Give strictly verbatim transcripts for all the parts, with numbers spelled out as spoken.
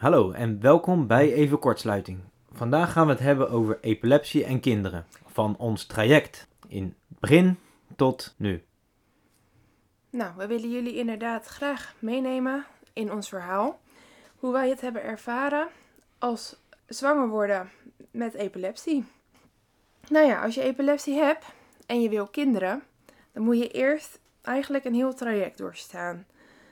Hallo en welkom bij Even Kortsluiting. Vandaag gaan we het hebben over epilepsie en kinderen. Van ons traject in het begin tot nu. Nou, we willen jullie inderdaad graag meenemen in ons verhaal. Hoe wij het hebben ervaren als zwanger worden met epilepsie. Nou ja, als je epilepsie hebt en je wil kinderen, dan moet je eerst eigenlijk een heel traject doorstaan.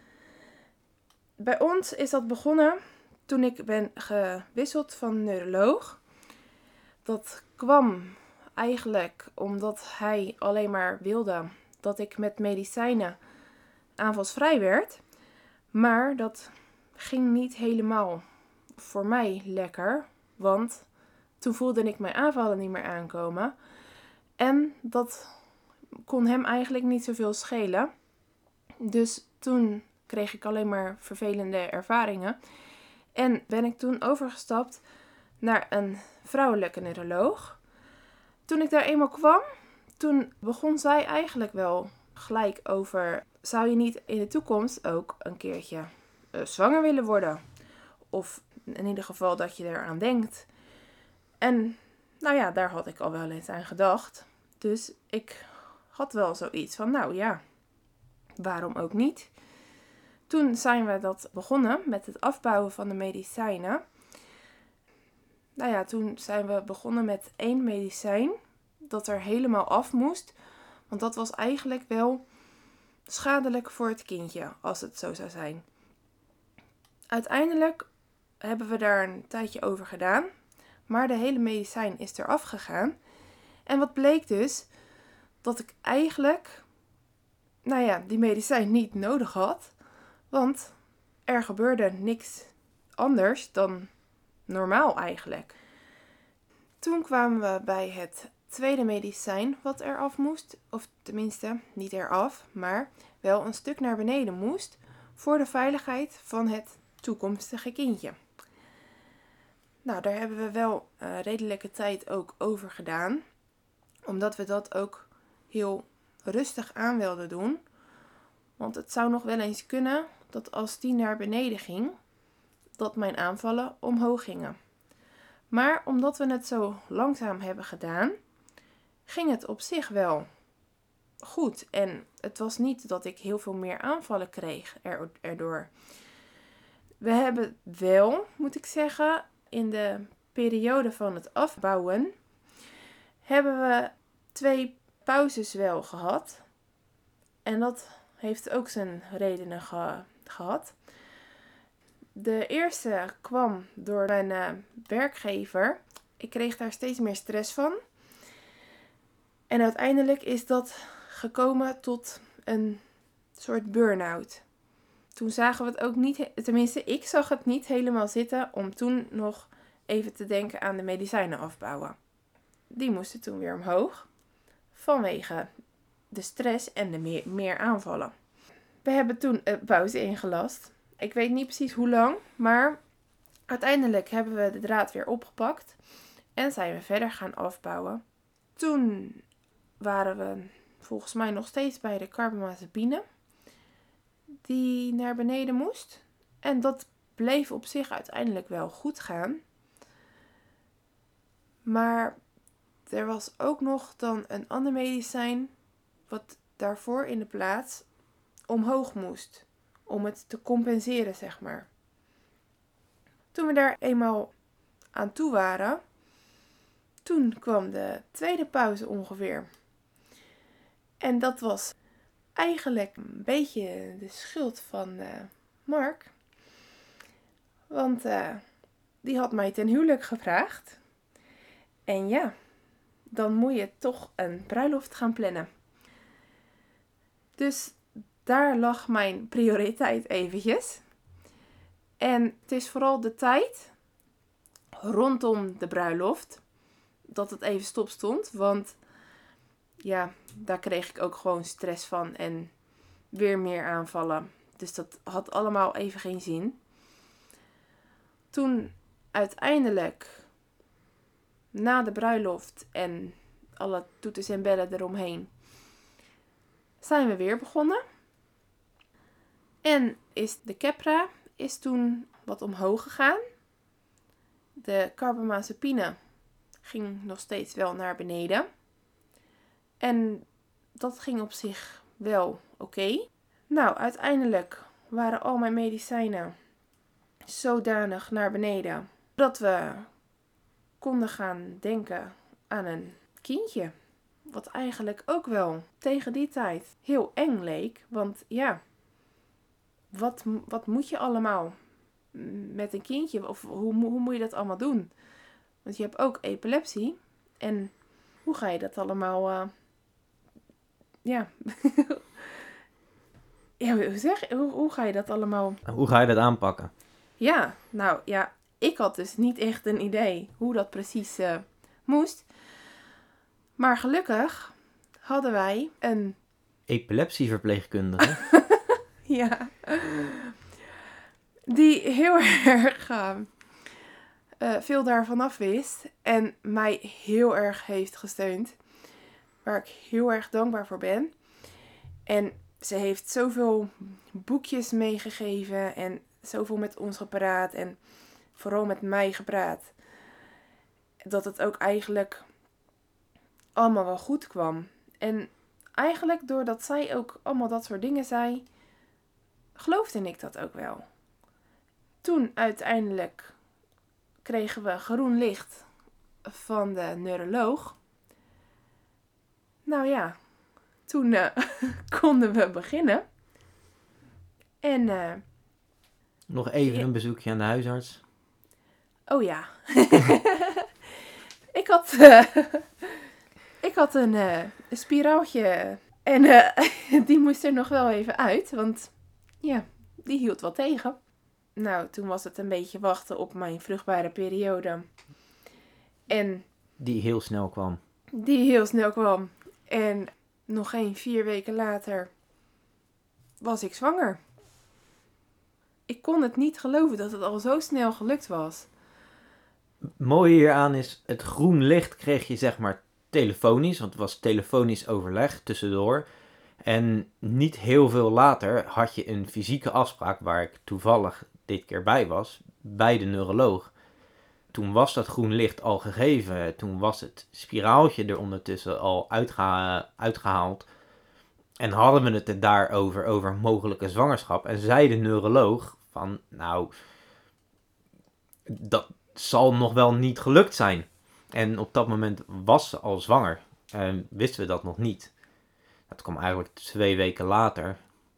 Bij ons is dat begonnen toen ik ben gewisseld van neuroloog. Dat kwam eigenlijk omdat hij alleen maar wilde dat ik met medicijnen aanvalsvrij werd. Maar dat ging niet helemaal voor mij lekker. Want toen voelde ik mijn aanvallen niet meer aankomen. En dat kon hem eigenlijk niet zoveel schelen. Dus toen kreeg ik alleen maar vervelende ervaringen. En ben ik toen overgestapt naar een vrouwelijke neuroloog. Toen ik daar eenmaal kwam, toen begon zij eigenlijk wel gelijk over: zou je niet in de toekomst ook een keertje uh, zwanger willen worden? Of in ieder geval dat je eraan denkt. En nou ja, daar had ik al wel eens aan gedacht. Dus ik had wel zoiets van, nou ja, waarom ook niet? Toen zijn we dat begonnen met het afbouwen van de medicijnen. Nou ja, toen zijn we begonnen met één medicijn dat er helemaal af moest. Want dat was eigenlijk wel schadelijk voor het kindje, als het zo zou zijn. Uiteindelijk hebben we daar een tijdje over gedaan. Maar de hele medicijn is eraf gegaan. En wat bleek dus? Dat ik eigenlijk, nou ja, die medicijn niet nodig had. Want er gebeurde niks anders dan normaal eigenlijk. Toen kwamen we bij het tweede medicijn wat eraf moest. Of tenminste, niet eraf, maar wel een stuk naar beneden moest. Voor de veiligheid van het toekomstige kindje. Nou, daar hebben we wel uh, redelijke tijd ook over gedaan. Omdat we dat ook heel rustig aan wilden doen. Want het zou nog wel eens kunnen dat als die naar beneden ging, dat mijn aanvallen omhoog gingen. Maar omdat we het zo langzaam hebben gedaan, ging het op zich wel goed. En het was niet dat ik heel veel meer aanvallen kreeg erdoor. We hebben wel, moet ik zeggen, in de periode van het afbouwen, hebben we twee pauzes wel gehad. En dat heeft ook zijn redenen ge- gehad. De eerste kwam door mijn uh, werkgever. Ik kreeg daar steeds meer stress van. En uiteindelijk is dat gekomen tot een soort burn-out. Toen zagen we het ook niet, tenminste ik zag het niet helemaal zitten om toen nog even te denken aan de medicijnen afbouwen. Die moesten toen weer omhoog vanwege de stress en de meer, meer aanvallen. We hebben toen een pauze ingelast. Ik weet niet precies hoe lang, maar uiteindelijk hebben we de draad weer opgepakt en zijn we verder gaan afbouwen. Toen waren we volgens mij nog steeds bij de carbamazepine die naar beneden moest. En dat bleef op zich uiteindelijk wel goed gaan. Maar er was ook nog dan een ander medicijn wat daarvoor in de plaats omhoog moest. Om het te compenseren, zeg maar. Toen we daar eenmaal aan toe waren, toen kwam de tweede pauze ongeveer. En dat was eigenlijk een beetje de schuld van uh, Mark. Want uh, die had mij ten huwelijk gevraagd. En ja, dan moet je toch een bruiloft gaan plannen. Dus daar lag mijn prioriteit eventjes. En het is vooral de tijd rondom de bruiloft dat het even stop stond. Want ja, daar kreeg ik ook gewoon stress van en weer meer aanvallen. Dus dat had allemaal even geen zin. Toen uiteindelijk, na de bruiloft en alle toeters en bellen eromheen, zijn we weer begonnen. En is de Keppra is toen wat omhoog gegaan. De carbamazepine ging nog steeds wel naar beneden. En dat ging op zich wel oké. Okay. Nou, uiteindelijk waren al mijn medicijnen zodanig naar beneden dat we konden gaan denken aan een kindje. Wat eigenlijk ook wel tegen die tijd heel eng leek. Want ja, wat, wat moet je allemaal met een kindje? Of hoe, hoe moet je dat allemaal doen? Want je hebt ook epilepsie. En hoe ga je dat allemaal... Uh, ja... ja, hoe, zeg, hoe, hoe ga je dat allemaal... Hoe ga je dat aanpakken? Ja, nou ja, ik had dus niet echt een idee hoe dat precies uh, moest. Maar gelukkig hadden wij een... epilepsieverpleegkundige. ja. Die heel erg uh, uh, veel daarvan af wist. En mij heel erg heeft gesteund. Waar ik heel erg dankbaar voor ben. En ze heeft zoveel boekjes meegegeven. En zoveel met ons gepraat. En vooral met mij gepraat. Dat het ook eigenlijk allemaal wel goed kwam. En eigenlijk doordat zij ook allemaal dat soort dingen zei, geloofde ik dat ook wel. Toen uiteindelijk kregen we groen licht van de neuroloog. Nou ja, toen uh, konden we beginnen. En... Uh, Nog even een bezoekje aan de huisarts. Oh ja. ik had... Uh, ik had een, uh, een spiraaltje. En uh, die moest er nog wel even uit. Want ja, die hield wel tegen. Nou, toen was het een beetje wachten op mijn vruchtbare periode. En... Die heel snel kwam. Die heel snel kwam. En nog geen vier weken later was ik zwanger. Ik kon het niet geloven dat het al zo snel gelukt was. Mooi hieraan is, het groen licht kreeg je zeg maar telefonisch. Want het was telefonisch overleg tussendoor. En niet heel veel later had je een fysieke afspraak waar ik toevallig dit keer bij was. Bij de neuroloog. Toen was dat groen licht al gegeven. Toen was het spiraaltje er ondertussen al uitgeha- uitgehaald. En hadden we het er daarover, over mogelijke zwangerschap. En zei de neuroloog van, nou, dat zal nog wel niet gelukt zijn. En op dat moment was ze al zwanger. En wisten we dat nog niet. Dat kwam eigenlijk twee weken later.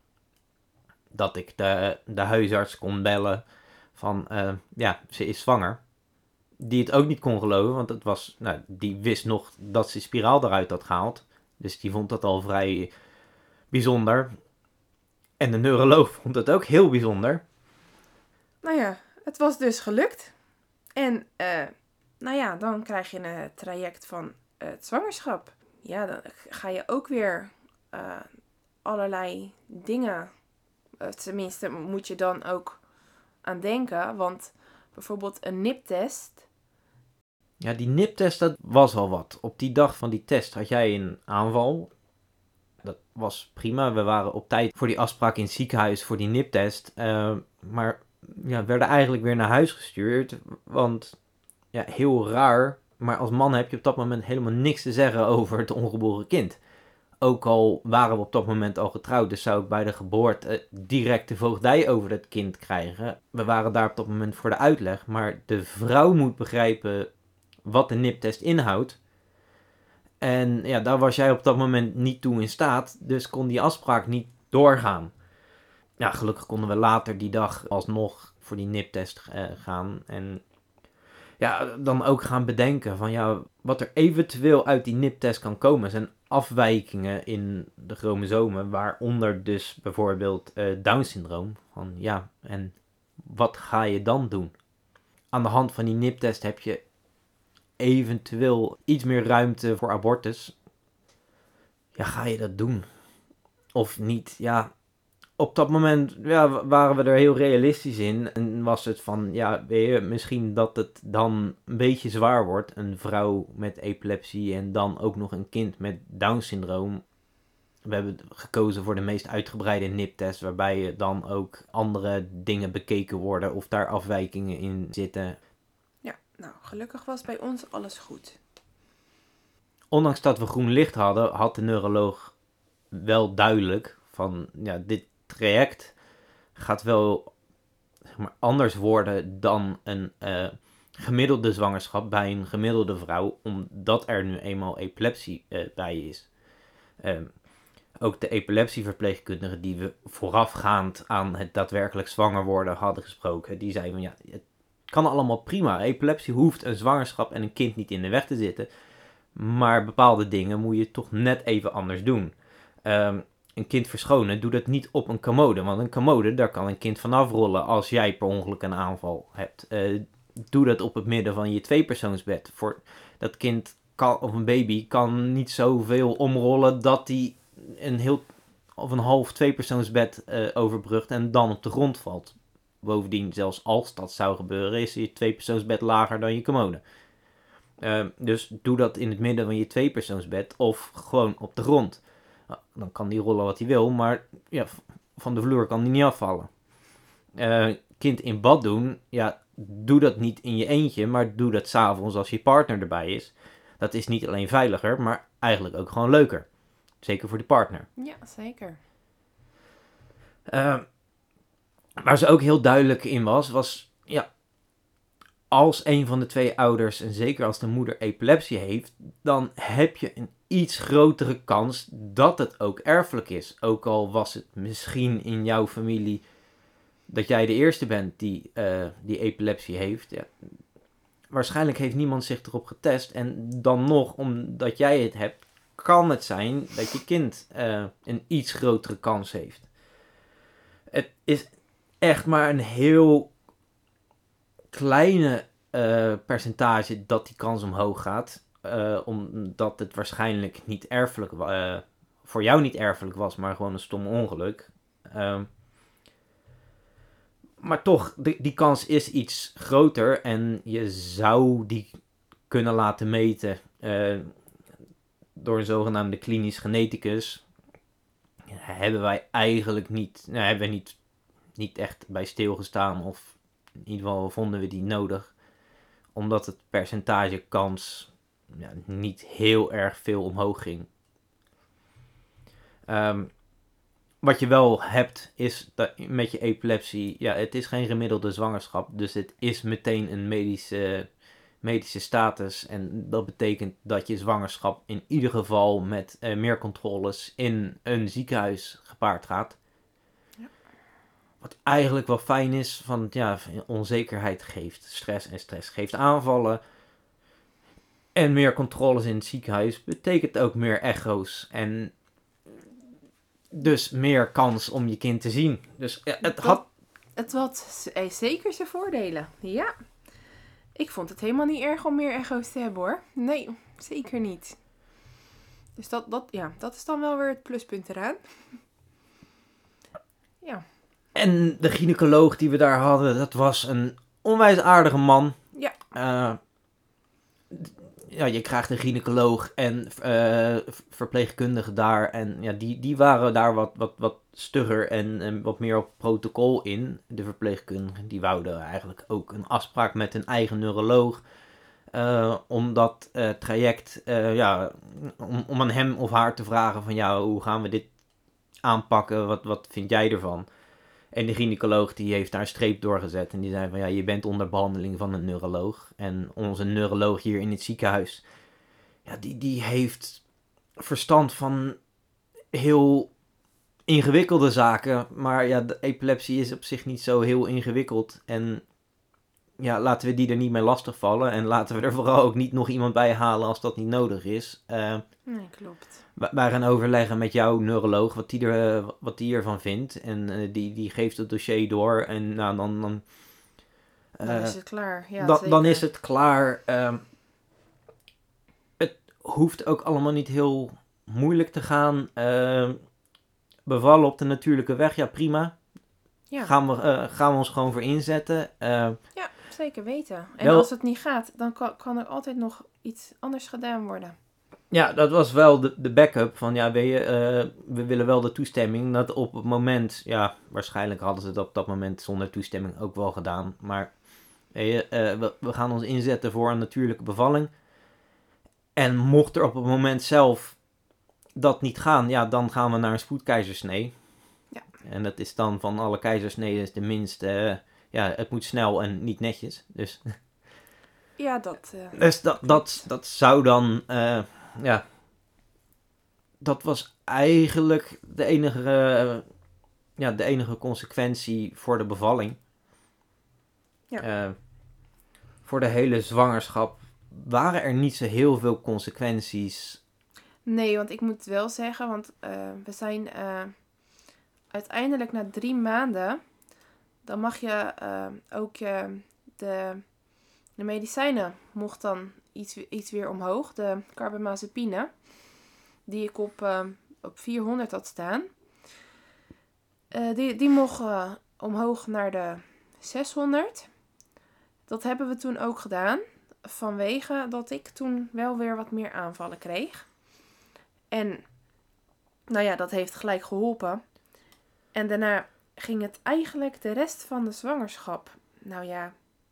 Dat ik de, de huisarts kon bellen van, uh, ja, ze is zwanger. Die het ook niet kon geloven, want het was, nou, die wist nog dat ze spiraal eruit had gehaald. Dus die vond dat al vrij bijzonder. En de neuroloog vond het ook heel bijzonder. Nou ja, het was dus gelukt. En, uh, nou ja, dan krijg je een traject van uh, het zwangerschap. Ja, dan ga je ook weer uh, allerlei dingen, uh, tenminste moet je dan ook aan denken. Want bijvoorbeeld een niptest. Ja, die niptest, dat was al wat. Op die dag van die test had jij een aanval. Dat was prima. We waren op tijd voor die afspraak in het ziekenhuis voor die niptest. Uh, maar ja, werden eigenlijk weer naar huis gestuurd. Want, ja, heel raar. Maar als man heb je op dat moment helemaal niks te zeggen over het ongeboren kind. Ook al waren we op dat moment al getrouwd. Dus zou ik bij de geboorte direct de voogdij over het kind krijgen. We waren daar op dat moment voor de uitleg. Maar de vrouw moet begrijpen wat de niptest inhoudt. En ja, daar was jij op dat moment niet toe in staat. Dus kon die afspraak niet doorgaan. Ja, gelukkig konden we later die dag alsnog voor die niptest uh, gaan. En ja, dan ook gaan bedenken van ja, wat er eventueel uit die niptest kan komen. Zijn afwijkingen in de chromosomen. Waaronder dus bijvoorbeeld uh, Down-syndroom. Van ja, en wat ga je dan doen? Aan de hand van die niptest heb je eventueel iets meer ruimte voor abortus. Ja, ga je dat doen? Of niet? Ja, op dat moment ja, waren we er heel realistisch in. En was het van, ja, weet je, misschien dat het dan een beetje zwaar wordt. Een vrouw met epilepsie en dan ook nog een kind met Down-syndroom. we hebben gekozen voor de meest uitgebreide N I P-test, waarbij dan ook andere dingen bekeken worden of daar afwijkingen in zitten. Ja, nou, gelukkig was bij ons alles goed. Ondanks dat we groen licht hadden, had de neuroloog wel duidelijk van, ja, dit traject gaat wel, zeg maar, anders worden dan een uh, gemiddelde zwangerschap bij een gemiddelde vrouw, omdat er nu eenmaal epilepsie uh, bij is. Uh, ook de epilepsieverpleegkundigen die we voorafgaand aan het daadwerkelijk zwanger worden hadden gesproken, die zeiden van, ja, het kan allemaal prima. Epilepsie hoeft een zwangerschap en een kind niet in de weg te zitten, maar bepaalde dingen moet je toch net even anders doen. Um, een kind verschonen, doe dat niet op een commode. Want een commode, daar kan een kind vanaf rollen als jij per ongeluk een aanval hebt. Uh, doe dat op het midden van je tweepersoonsbed. Voor dat kind kan, of een baby kan niet zoveel omrollen dat hij een heel of een half tweepersoonsbed uh, overbrugt en dan op de grond valt. Bovendien, zelfs als dat zou gebeuren, is je tweepersoonsbed lager dan je commode. Uh, dus doe dat in het midden van je tweepersoonsbed of gewoon op de grond. Nou, dan kan die rollen wat hij wil, maar ja, van de vloer kan die niet afvallen. Uh, kind in bad doen, ja, doe dat niet in je eentje, maar doe dat 's avonds als je partner erbij is. Dat is niet alleen veiliger, maar eigenlijk ook gewoon leuker. Zeker voor de partner. Ja, zeker. Uh, waar ze ook heel duidelijk in was, was, ja, als een van de twee ouders, en zeker als de moeder epilepsie heeft, dan heb je een iets grotere kans dat het ook erfelijk is. Ook al was het misschien in jouw familie dat jij de eerste bent die, uh, die epilepsie heeft. Ja. Waarschijnlijk heeft niemand zich erop getest. En dan nog, omdat jij het hebt, kan het zijn dat je kind uh, een iets grotere kans heeft. Het is echt maar een heel kleine uh, percentage dat die kans omhoog gaat. Uh, omdat het waarschijnlijk niet erfelijk uh, voor jou niet erfelijk was, maar gewoon een stom ongeluk. Uh, maar toch, die, die kans is iets groter en je zou die kunnen laten meten uh, door een zogenaamde klinisch geneticus. Ja, hebben wij eigenlijk niet, nou, hebben we niet, niet echt bij stilgestaan, of in ieder geval vonden we die nodig, omdat het percentage kans ja, niet heel erg veel omhoog ging. Um, wat je wel hebt is dat met je epilepsie, ja, het is geen gemiddelde zwangerschap, dus het is meteen een medische, medische status. En dat betekent dat je zwangerschap in ieder geval met uh, meer controles in een ziekenhuis gepaard gaat. Ja. Wat eigenlijk wel fijn is, van ja, onzekerheid geeft stress en stress geeft aanvallen. En meer controles in het ziekenhuis betekent ook meer echo's en dus meer kans om je kind te zien. Dus ja, het had... Het had zeker zijn voordelen, ja. Ik vond het helemaal niet erg om meer echo's te hebben, hoor. Nee, zeker niet. Dus dat, dat, ja, dat is dan wel weer het pluspunt eraan. Ja. En de gynaecoloog die we daar hadden, dat was een onwijs aardige man. Ja. Uh, ja, je krijgt een gynaecoloog en uh, verpleegkundigen daar. En ja, die, die waren daar wat, wat, wat stugger en, en wat meer op protocol in. De verpleegkundigen, die wouden eigenlijk ook een afspraak met een eigen neuroloog. Uh, om dat uh, traject, uh, ja, om, om aan hem of haar te vragen van, ja, hoe gaan we dit aanpakken? Wat, wat vind jij ervan? En de gynaecoloog die heeft daar een streep doorgezet. En die zei van, ja, je bent onder behandeling van een neuroloog. En onze neuroloog hier in het ziekenhuis, ja, die, die heeft verstand van heel ingewikkelde zaken. Maar ja, de epilepsie is op zich niet zo heel ingewikkeld. En ja, laten we die er niet mee lastigvallen. En laten we er vooral ook niet nog iemand bij halen als dat niet nodig is. Uh, nee, klopt. Wij gaan overleggen met jouw neuroloog wat die, er, wat die ervan vindt. En uh, die, die geeft het dossier door. En nou, dan... Dan, uh, dan is het klaar. Ja, da, dan is het klaar. Uh, het hoeft ook allemaal niet heel moeilijk te gaan. Uh, bevallen op de natuurlijke weg, ja prima. Ja. Gaan, we, uh, gaan we ons gewoon voor inzetten. Uh, ja, zeker weten. En wel, als het niet gaat, dan kan, kan er altijd nog iets anders gedaan worden. Ja, dat was wel de, de backup van, ja, weet je, uh, we willen wel de toestemming. Dat op het moment, ja, waarschijnlijk hadden ze dat op dat moment zonder toestemming ook wel gedaan. Maar, weet je, uh, we, we gaan ons inzetten voor een natuurlijke bevalling. En mocht er op het moment zelf dat niet gaan, ja, dan gaan we naar een spoedkeizersnee. Ja. En dat is dan van alle keizersneden is de minste, uh, ja, het moet snel en niet netjes. Dus, ja, dat... Uh, dus dat, dat, dat zou dan, uh, ja, dat was eigenlijk de enige, uh, ja, de enige consequentie voor de bevalling. Ja. Uh, voor de hele zwangerschap waren er niet zo heel veel consequenties. Nee, want ik moet wel zeggen, want uh, we zijn uh, uiteindelijk na drie maanden, dan mag je uh, ook uh, de, de medicijnen mocht dan iets, iets weer omhoog, de carbamazepine, die ik op, uh, op vierhonderd had staan. Uh, die, die mocht uh, omhoog naar de zeshonderd. Dat hebben we toen ook gedaan, vanwege dat ik toen wel weer wat meer aanvallen kreeg. En, nou ja, dat heeft gelijk geholpen. En daarna ging het eigenlijk de rest van de zwangerschap. Nou ja,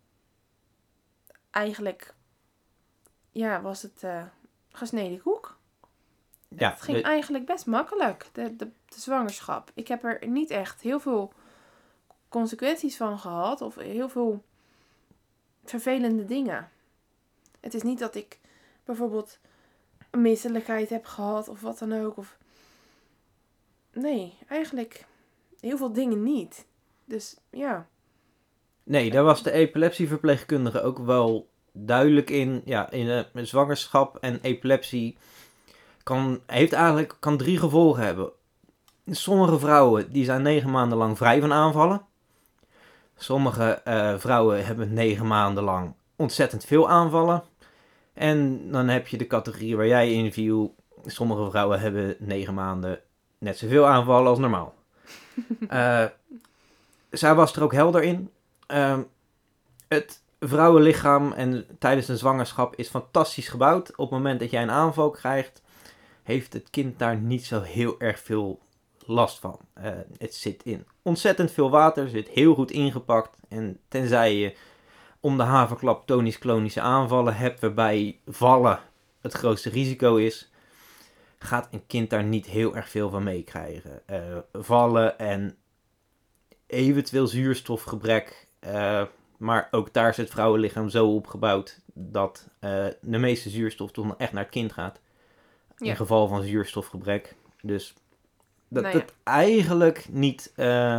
eigenlijk, ja, was het uh, gesneden koek. Ja, het ging de... eigenlijk best makkelijk, de, de, de zwangerschap. Ik heb er niet echt heel veel consequenties van gehad. Of heel veel vervelende dingen. Het is niet dat ik bijvoorbeeld een misselijkheid heb gehad of wat dan ook. Of... Nee, eigenlijk heel veel dingen niet. Dus ja. Nee, daar was de epilepsieverpleegkundige ook wel duidelijk in. Ja, in een zwangerschap en epilepsie kan, heeft eigenlijk, kan drie gevolgen hebben. Sommige vrouwen die zijn negen maanden lang vrij van aanvallen. Sommige uh, vrouwen hebben negen maanden lang ontzettend veel aanvallen. En dan heb je de categorie waar jij in viel. Sommige vrouwen hebben negen maanden net zoveel aanvallen als normaal. uh, zij was er ook helder in. Uh, het vrouwenlichaam en tijdens een zwangerschap is fantastisch gebouwd. Op het moment dat jij een aanval krijgt, heeft het kind daar niet zo heel erg veel last van. Uh, het zit in ontzettend veel water, zit heel goed ingepakt. En tenzij je om de haverklap tonisch-klonische aanvallen hebt, waarbij vallen het grootste risico is, gaat een kind daar niet heel erg veel van meekrijgen. Uh, vallen en eventueel zuurstofgebrek, uh, maar ook daar is het vrouwenlichaam zo opgebouwd dat uh, de meeste zuurstof toch echt naar het kind gaat. In ja. geval van zuurstofgebrek. Dus dat het nou ja. eigenlijk niet, uh,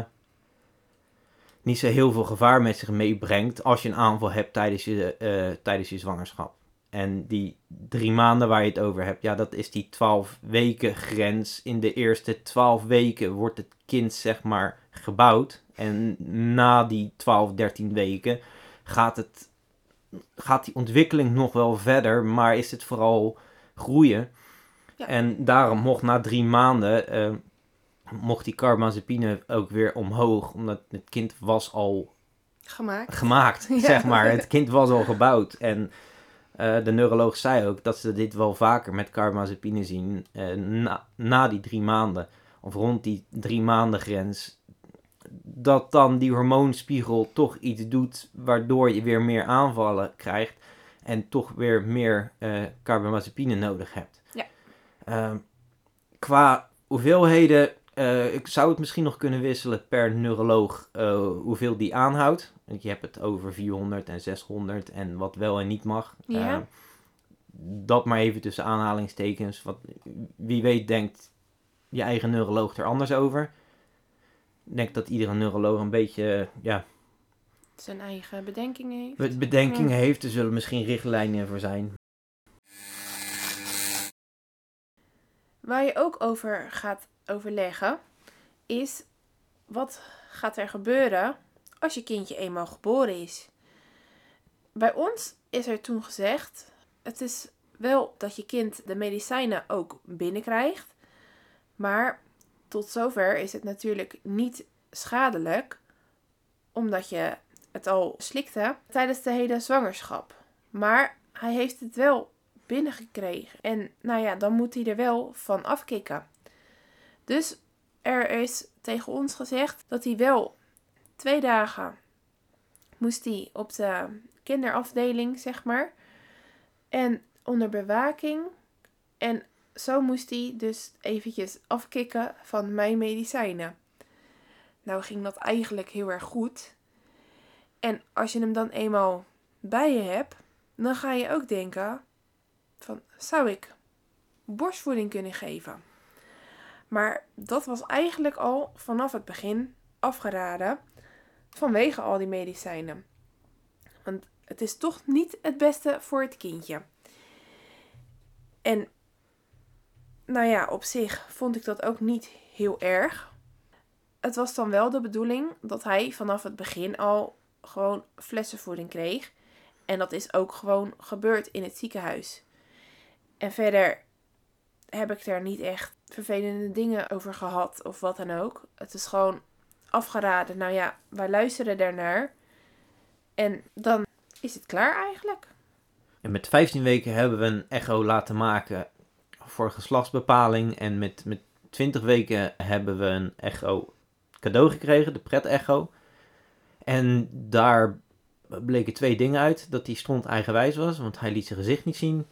niet zo heel veel gevaar met zich meebrengt als je een aanval hebt tijdens je, uh, tijdens je zwangerschap. En die drie maanden waar je het over hebt, ja, dat is die twaalf weken grens. In de eerste twaalf weken wordt het kind, zeg maar, gebouwd. En na die twaalf, dertien weken gaat, het, gaat die ontwikkeling nog wel verder, maar is het vooral groeien. Ja. En daarom mocht na drie maanden, uh, mocht die carbamazepine ook weer omhoog, omdat het kind was al gemaakt, gemaakt ja. zeg maar. Het kind was al gebouwd. En uh, de neuroloog zei ook dat ze dit wel vaker met carbamazepine zien uh, na, na die drie maanden, of rond die drie maanden grens, dat dan die hormoonspiegel toch iets doet waardoor je weer meer aanvallen krijgt en toch weer meer uh, carbamazepine nodig hebt. Ja. Uh, qua hoeveelheden, uh, ik zou het misschien nog kunnen wisselen per neuroloog uh, hoeveel die aanhoudt. Want je hebt het over vierhonderd en zeshonderd en wat wel en niet mag. Ja. Uh, dat maar even tussen aanhalingstekens. Wat, wie weet denkt je eigen neuroloog er anders over. Ik denk dat iedere neuroloog een beetje, ja, zijn eigen bedenkingen heeft. Bedenkingen ja. heeft, er zullen misschien richtlijnen voor zijn. Waar je ook over gaat overleggen, is wat gaat er gebeuren als je kindje eenmaal geboren is. Bij ons is er toen gezegd, het is wel dat je kind de medicijnen ook binnenkrijgt, maar tot zover is het natuurlijk niet schadelijk, omdat je het al slikte tijdens de hele zwangerschap. Maar hij heeft het wel binnengekregen. En nou ja, dan moet hij er wel van afkicken. Dus er is tegen ons gezegd dat hij wel twee dagen moest hij op de kinderafdeling, zeg maar. En onder bewaking. En zo moest hij dus eventjes afkicken van mijn medicijnen. Nou ging dat eigenlijk heel erg goed. En als je hem dan eenmaal bij je hebt, dan ga je ook denken van, zou ik borstvoeding kunnen geven? Maar dat was eigenlijk al vanaf het begin afgeraden vanwege al die medicijnen. Want het is toch niet het beste voor het kindje. En nou ja, op zich vond ik dat ook niet heel erg. Het was dan wel de bedoeling dat hij vanaf het begin al gewoon flessenvoeding kreeg. En dat is ook gewoon gebeurd in het ziekenhuis. En verder heb ik daar niet echt vervelende dingen over gehad of wat dan ook. Het is gewoon afgeraden. Nou ja, wij luisteren daarnaar. En dan is het klaar eigenlijk. En met vijftien weken hebben we een echo laten maken voor geslachtsbepaling. En met, met twintig weken hebben we een echo cadeau gekregen, de pret-echo. En daar bleken twee dingen uit. Dat hij stront eigenwijs was, want hij liet zijn gezicht niet zien.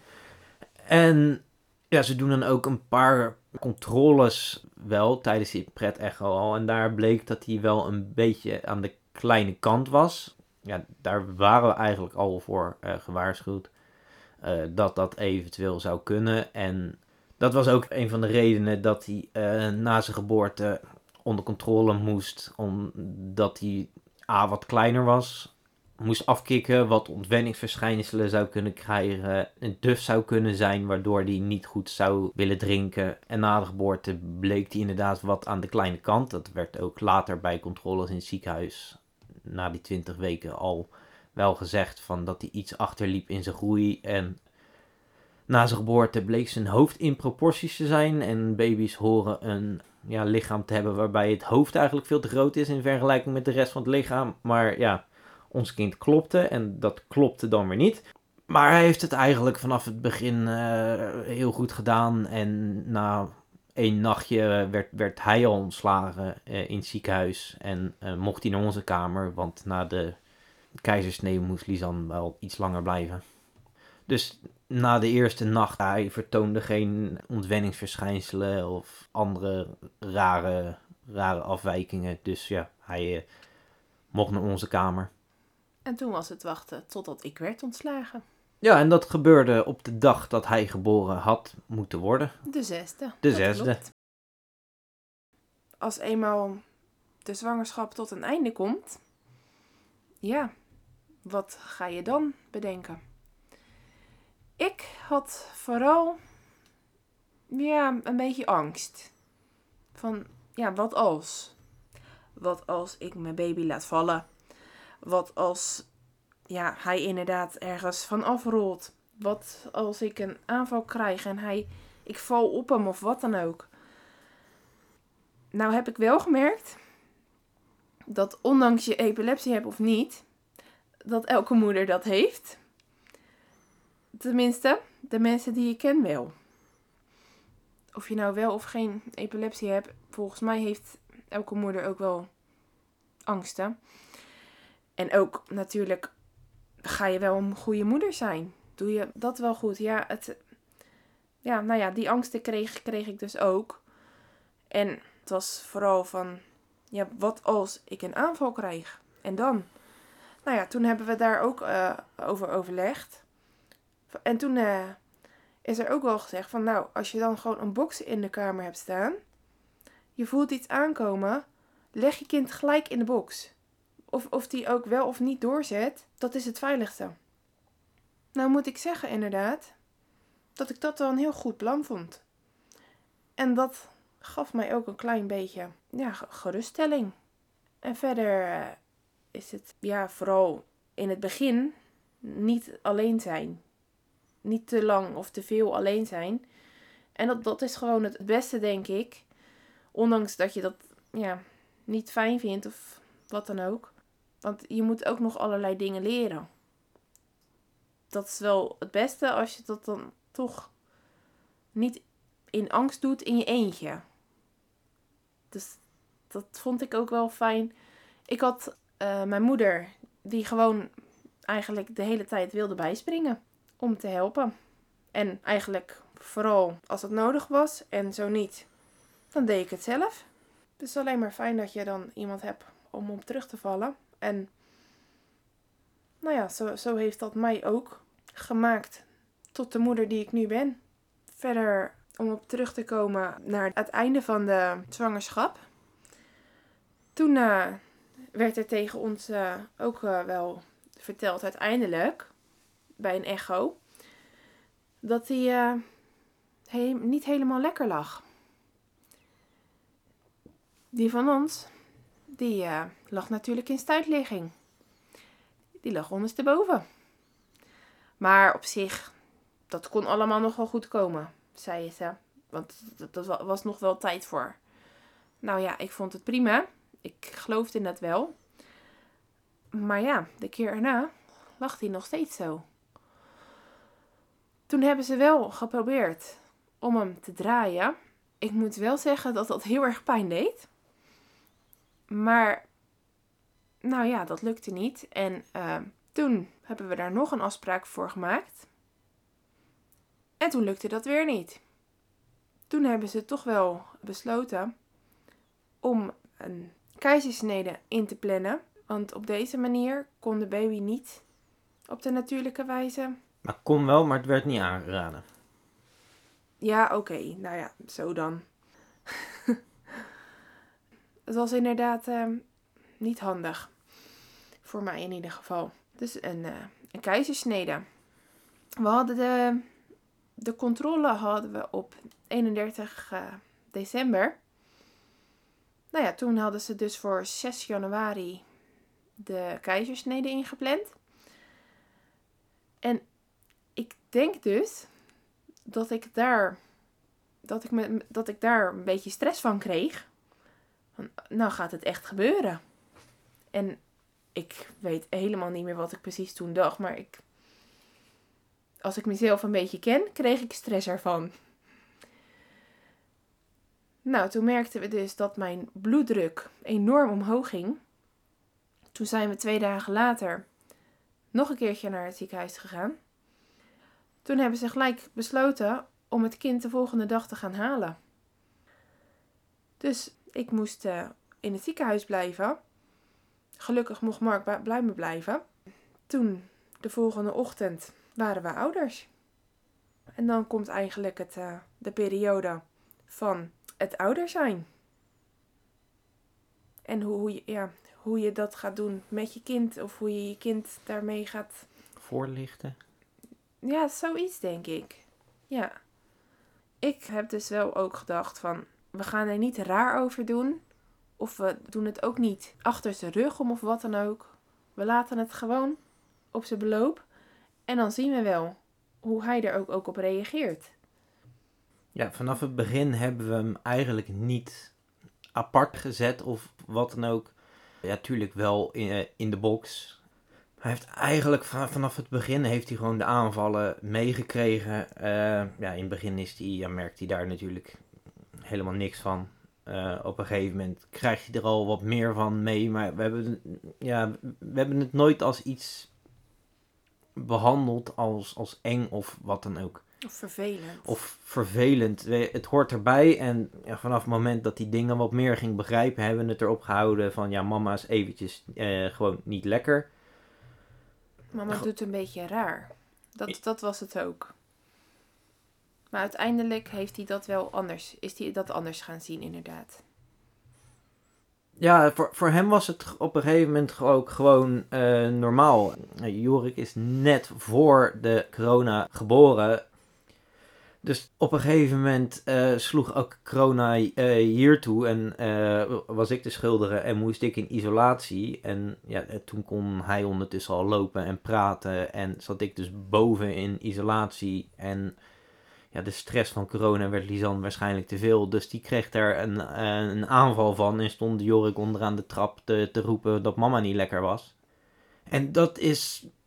En ja, ze doen dan ook een paar controles wel tijdens die pret-echo al. En daar bleek dat hij wel een beetje aan de kleine kant was. Ja, daar waren we eigenlijk al voor uh, gewaarschuwd. Uh, dat dat eventueel zou kunnen. En dat was ook een van de redenen dat hij uh, na zijn geboorte onder controle moest. Omdat hij A, wat kleiner was. Moest afkicken, wat ontwenningsverschijnselen zou kunnen krijgen. Een duf zou kunnen zijn, waardoor hij niet goed zou willen drinken. En na de geboorte bleek hij inderdaad wat aan de kleine kant. Dat werd ook later bij controles in het ziekenhuis, na die twintig weken, al wel gezegd van dat hij iets achterliep in zijn groei. En na zijn geboorte bleek zijn hoofd in proporties te zijn. En baby's horen een ja, lichaam te hebben waarbij het hoofd eigenlijk veel te groot is in vergelijking met de rest van het lichaam. Maar ja, ons kind klopte en dat klopte dan weer niet. Maar hij heeft het eigenlijk vanaf het begin uh, heel goed gedaan. En na één nachtje werd, werd hij al ontslagen uh, in het ziekenhuis. En uh, mocht hij naar onze kamer, want na de keizersnee moest Lisanne wel iets langer blijven. Dus na de eerste nacht, hij vertoonde geen ontwenningsverschijnselen of andere rare, rare afwijkingen. Dus ja, hij uh, mocht naar onze kamer. En toen was het wachten totdat ik werd ontslagen. Ja, en dat gebeurde op de dag dat hij geboren had moeten worden. De zesde. De zesde. Klopt. Als eenmaal de zwangerschap tot een einde komt, ja, wat ga je dan bedenken? Ik had vooral, ja, een beetje angst. Van, ja, wat als? Wat als ik mijn baby laat vallen? Wat als ja, hij inderdaad ergens van afrolt? Wat als ik een aanval krijg en hij, ik val op hem of wat dan ook? Nou heb ik wel gemerkt dat ondanks je epilepsie hebt of niet, dat elke moeder dat heeft. Tenminste, de mensen die ik ken wel. Of je nou wel of geen epilepsie hebt, volgens mij heeft elke moeder ook wel angsten. En ook natuurlijk ga je wel een goede moeder zijn. Doe je dat wel goed? Ja, het, ja nou ja, die angsten kreeg, kreeg ik dus ook. En het was vooral van, ja, wat als ik een aanval krijg? En dan? Nou ja, toen hebben we daar ook uh, over overlegd. En toen uh, is er ook wel gezegd van, nou, als je dan gewoon een box in de kamer hebt staan, je voelt iets aankomen, leg je kind gelijk in de box. Of, of die ook wel of niet doorzet, dat is het veiligste. Nou moet ik zeggen inderdaad, dat ik dat wel een heel goed plan vond. En dat gaf mij ook een klein beetje ja, geruststelling. En verder uh, is het ja, vooral in het begin niet alleen zijn. Niet te lang of te veel alleen zijn. En dat, dat is gewoon het beste, denk ik. Ondanks dat je dat ja, niet fijn vindt of wat dan ook. Want je moet ook nog allerlei dingen leren. Dat is wel het beste als je dat dan toch niet in angst doet in je eentje. Dus dat vond ik ook wel fijn. Ik had uh, mijn moeder die gewoon eigenlijk de hele tijd wilde bijspringen om te helpen. En eigenlijk vooral als het nodig was en zo niet, dan deed ik het zelf. Het is alleen maar fijn dat je dan iemand hebt om op terug te vallen. En nou ja, zo, zo heeft dat mij ook gemaakt tot de moeder die ik nu ben. Verder, om op terug te komen naar het einde van de zwangerschap. Toen uh, werd er tegen ons uh, ook uh, wel verteld uiteindelijk, bij een echo, dat hij uh, he- niet helemaal lekker lag. Die van ons, die uh, lag natuurlijk in stuitligging. Die lag ondersteboven. Maar op zich, dat kon allemaal nog wel goed komen, zei ze. Want dat was nog wel tijd voor. Nou ja, ik vond het prima. Ik geloofde in dat wel. Maar ja, de keer erna lag hij nog steeds zo. Toen hebben ze wel geprobeerd om hem te draaien. Ik moet wel zeggen dat dat heel erg pijn deed. Maar, nou ja, dat lukte niet. En uh, toen hebben we daar nog een afspraak voor gemaakt. En toen lukte dat weer niet. Toen hebben ze toch wel besloten om een keizersnede in te plannen. Want op deze manier kon de baby niet op de natuurlijke wijze. Maar kon wel, maar het werd niet aangeraden. Ja, oké. Okay. Nou ja, zo dan. Het was inderdaad uh, niet handig. Voor mij in ieder geval. Dus een, uh, een keizersnede. We hadden de, de controle hadden we op eenendertig december. Nou ja, toen hadden ze dus voor zes januari de keizersnede ingepland. En ik denk dus dat ik daar, dat ik me, dat ik daar een beetje stress van kreeg. Van, nou gaat het echt gebeuren. En ik weet helemaal niet meer wat ik precies toen dacht. Maar ik, als ik mezelf een beetje ken, kreeg ik stress ervan. Nou, toen merkten we dus dat mijn bloeddruk enorm omhoog ging. Toen zijn we twee dagen later nog een keertje naar het ziekenhuis gegaan. Toen hebben ze gelijk besloten om het kind de volgende dag te gaan halen. Dus ik moest uh, in het ziekenhuis blijven. Gelukkig mocht Mark ba- bij me blijven. Toen, de volgende ochtend, waren we ouders. En dan komt eigenlijk het, uh, de periode van het ouder zijn. En hoe, hoe, je, ja, hoe je dat gaat doen met je kind. Of hoe je je kind daarmee gaat voorlichten. Ja, zoiets denk ik. Ja. Ik heb dus wel ook gedacht van, we gaan er niet raar over doen. Of we doen het ook niet achter zijn rug om of wat dan ook. We laten het gewoon op zijn beloop. En dan zien we wel hoe hij er ook, ook op reageert. Ja, vanaf het begin hebben we hem eigenlijk niet apart gezet of wat dan ook. Ja, tuurlijk wel in, in de box. Hij heeft eigenlijk vanaf het begin heeft hij gewoon de aanvallen meegekregen. Uh, ja, in het begin is hij, ja, merkt hij daar natuurlijk helemaal niks van. Uh, op een gegeven moment krijg je er al wat meer van mee. Maar we hebben, ja, we hebben het nooit als iets behandeld als, als eng of wat dan ook. Of vervelend. Of vervelend. Het hoort erbij. En ja, vanaf het moment dat die dingen wat meer ging begrijpen, hebben we het erop gehouden van ja, mama is eventjes uh, gewoon niet lekker. Mama doet een beetje raar. Dat, dat was het ook. Maar uiteindelijk heeft hij dat wel anders. Is hij dat anders gaan zien, inderdaad. Ja, voor, voor hem was het op een gegeven moment ook gewoon uh, normaal. Jorik is net voor de corona geboren. Dus op een gegeven moment uh, sloeg ook corona uh, hier toe en uh, was ik de schuldige en moest ik in isolatie. En ja, toen kon hij ondertussen al lopen en praten en zat ik dus boven in isolatie. En ja, de stress van corona werd Lisanne waarschijnlijk te veel. Dus die kreeg daar een, een aanval van en stond Jorik onderaan de trap te, te roepen dat mama niet lekker was. En dat is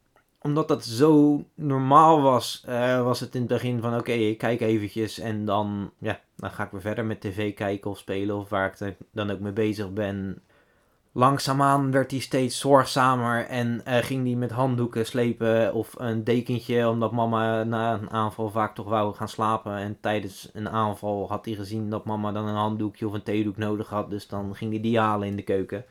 omdat dat zo normaal was, uh, was het in het begin van oké, okay, ik kijk eventjes en dan, ja, dan ga ik weer verder met tv kijken of spelen of waar ik dan ook mee bezig ben. Langzaamaan werd hij steeds zorgzamer en uh, ging hij met handdoeken slepen of een dekentje, omdat mama na een aanval vaak toch wou gaan slapen. En tijdens een aanval had hij gezien dat mama dan een handdoekje of een theedoek nodig had, dus dan ging hij die halen in de keuken.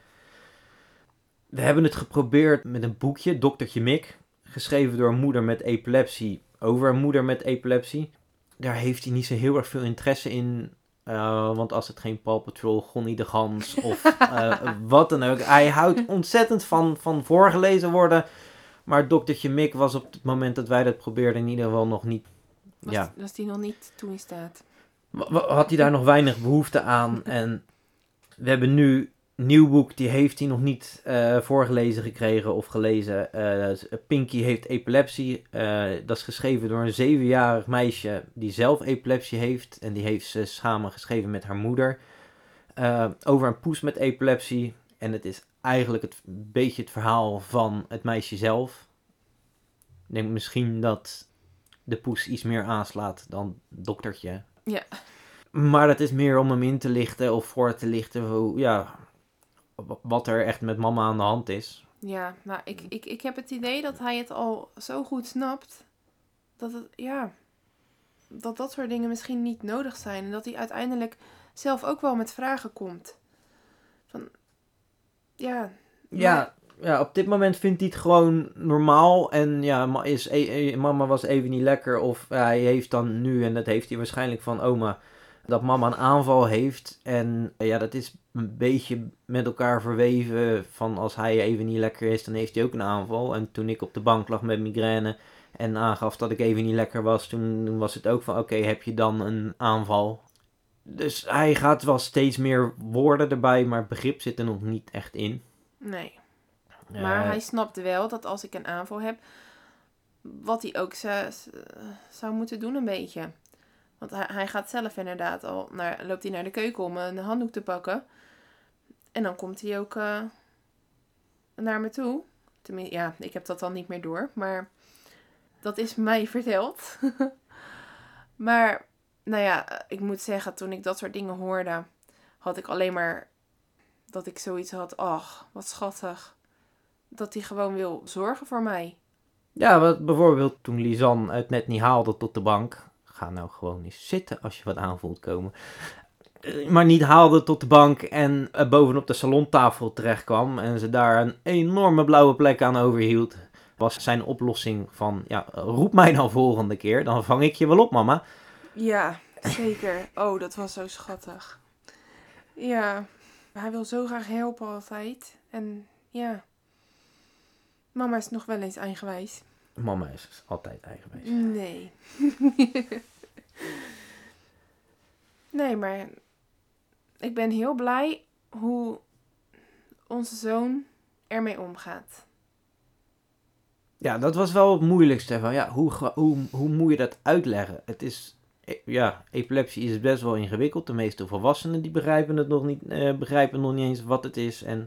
We hebben het geprobeerd met een boekje, Doktertje Mick, geschreven door een moeder met epilepsie, over een moeder met epilepsie. Daar heeft hij niet zo heel erg veel interesse in. Uh, want als het geen Paw Patrol, Gonnie de Gans of uh, wat dan ook. Hij houdt ontzettend van, van voorgelezen worden. Maar Doktertje Mick was op het moment dat wij dat probeerden in ieder geval nog niet... Was, ja. was die nog niet toe in staat? Had hij daar nog weinig behoefte aan. En we hebben nu een nieuw boek, die heeft hij nog niet uh, voorgelezen gekregen of gelezen. Uh, Pinky heeft epilepsie. Uh, dat is geschreven door een zevenjarig meisje die zelf epilepsie heeft. En die heeft ze samen geschreven met haar moeder. Uh, over een poes met epilepsie. En het is eigenlijk het beetje het verhaal van het meisje zelf. Ik denk misschien dat de poes iets meer aanslaat dan doktertje. Ja. Maar dat is meer om hem in te lichten of voor te lichten hoe, ja, wat er echt met mama aan de hand is. Ja, nou, ik, ik, ik heb het idee dat hij het al zo goed snapt. Dat het, ja, dat dat soort dingen misschien niet nodig zijn. En dat hij uiteindelijk zelf ook wel met vragen komt. Van, ja. Ja, maar... ja, op dit moment vindt hij het gewoon normaal. En ja, is, e- mama was even niet lekker. Of ja, hij heeft dan nu, en dat heeft hij waarschijnlijk van oma, dat mama een aanval heeft. En ja, dat is een beetje met elkaar verweven. Van als hij even niet lekker is, dan heeft hij ook een aanval. En toen ik op de bank lag met migraine en aangaf dat ik even niet lekker was, toen was het ook van oké, okay, heb je dan een aanval? Dus hij gaat wel steeds meer woorden erbij, maar begrip zit er nog niet echt in. Nee. Maar uh, hij snapt wel dat als ik een aanval heb, wat hij ook zou, zou moeten doen een beetje. Want hij, hij gaat zelf inderdaad al, naar, loopt hij naar de keuken om een handdoek te pakken. En dan komt hij ook uh, naar me toe. Tenminste, ja, ik heb dat dan niet meer door. Maar dat is mij verteld. Maar, nou ja, ik moet zeggen, toen ik dat soort dingen hoorde, had ik alleen maar dat ik zoiets had. Ach, wat schattig. Dat hij gewoon wil zorgen voor mij. Ja, wat bijvoorbeeld toen Lisanne het net niet haalde tot de bank. Ga nou gewoon eens zitten als je wat aan voelt komen. Maar niet haalde tot de bank en uh, bovenop de salontafel terecht kwam. En ze daar een enorme blauwe plek aan overhield. Was zijn oplossing van, ja, roep mij nou volgende keer. Dan vang ik je wel op, mama. Ja, zeker. Oh, dat was zo schattig. Ja, hij wil zo graag helpen altijd. En ja, mama is nog wel eens eigenwijs. Mama is altijd eigenwijs. Nee. Nee, maar ik ben heel blij hoe onze zoon ermee omgaat. Ja, dat was wel het moeilijkste. Van, ja, hoe, hoe, hoe moet je dat uitleggen? Het is, ja, epilepsie is best wel ingewikkeld. De meeste volwassenen die begrijpen het nog niet, uh, begrijpen nog niet eens wat het is. En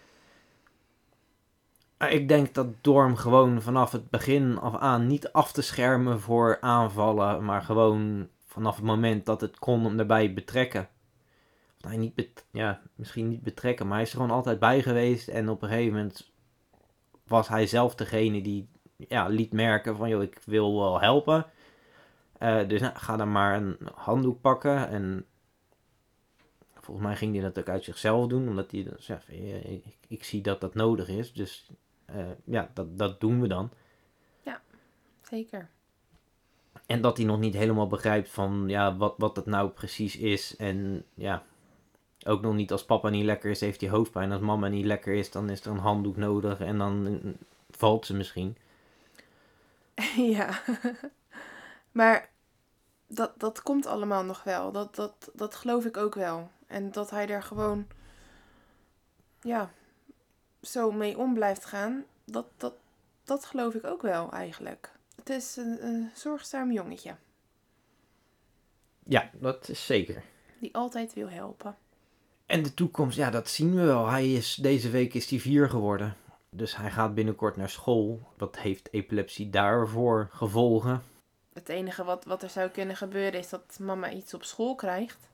ik denk dat door hem gewoon vanaf het begin af aan niet af te schermen voor aanvallen, maar gewoon vanaf het moment dat het kon hem erbij betrekken. Of hij niet bet- ja, misschien niet betrekken, maar hij is er gewoon altijd bij geweest. En op een gegeven moment was hij zelf degene die, ja, liet merken van, joh, ik wil wel helpen. Uh, dus nou, ga dan maar een handdoek pakken. En volgens mij ging hij dat ook uit zichzelf doen, omdat hij dus, ja, ik, ik zie dat dat nodig is. Dus uh, ja, dat, dat doen we dan. Ja, zeker. En dat hij nog niet helemaal begrijpt van, ja, wat, wat het nou precies is. En ja, ook nog niet als papa niet lekker is, heeft hij hoofdpijn. Als mama niet lekker is, dan is er een handdoek nodig en dan valt ze misschien. Ja, maar dat, dat komt allemaal nog wel. Dat, dat, dat geloof ik ook wel. En dat hij er gewoon, ja, zo mee om blijft gaan, dat, dat, dat geloof ik ook wel eigenlijk. Het is een, een zorgzaam jongetje. Ja, dat is zeker. Die altijd wil helpen. En de toekomst, ja, dat zien we wel. Hij is, deze week is hij vier geworden. Dus hij gaat binnenkort naar school. Wat heeft epilepsie daarvoor gevolgen? Het enige wat, wat er zou kunnen gebeuren is dat mama iets op school krijgt.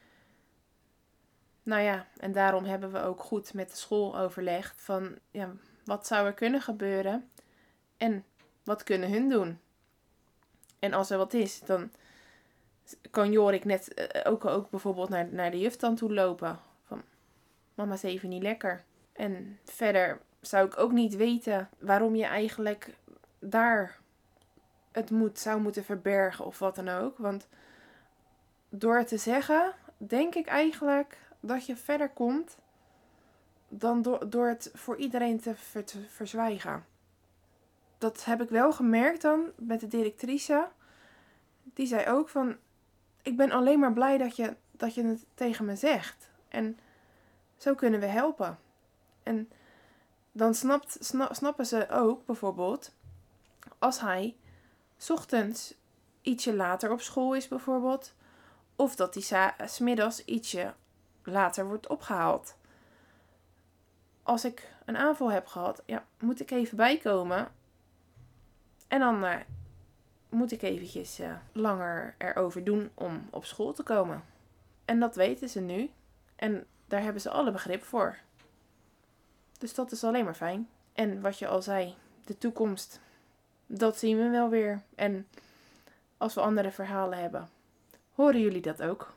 Nou ja, en daarom hebben we ook goed met de school overlegd van, ja, wat zou er kunnen gebeuren en wat kunnen hun doen. En als er wat is, dan kan Jorik net uh, ook, ook bijvoorbeeld naar, naar de juf dan toe lopen. Van, mama is even niet lekker. En verder zou ik ook niet weten waarom je eigenlijk daar het moet, zou moeten verbergen of wat dan ook. Want door het te zeggen, denk ik eigenlijk dat je verder komt dan door, door het voor iedereen te, ver, te verzwijgen. Dat heb ik wel gemerkt dan met de directrice. Die zei ook van, ik ben alleen maar blij dat je, dat je het tegen me zegt. En zo kunnen we helpen. En dan snapt, sna, snappen ze ook bijvoorbeeld, als hij 's ochtends ietsje later op school is bijvoorbeeld, of dat hij 's, 's middags ietsje later wordt opgehaald. Als ik een aanval heb gehad, ja, moet ik even bijkomen. En dan uh, moet ik eventjes uh, langer erover doen om op school te komen. En dat weten ze nu. En daar hebben ze alle begrip voor. Dus dat is alleen maar fijn. En wat je al zei, de toekomst, dat zien we wel weer. En als we andere verhalen hebben, horen jullie dat ook?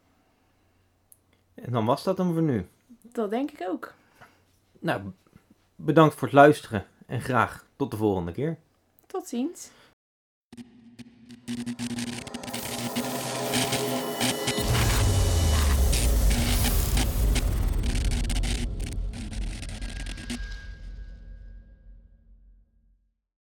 En dan was dat hem voor nu. Dat denk ik ook. Nou, bedankt voor het luisteren en graag tot de volgende keer. Tot ziens.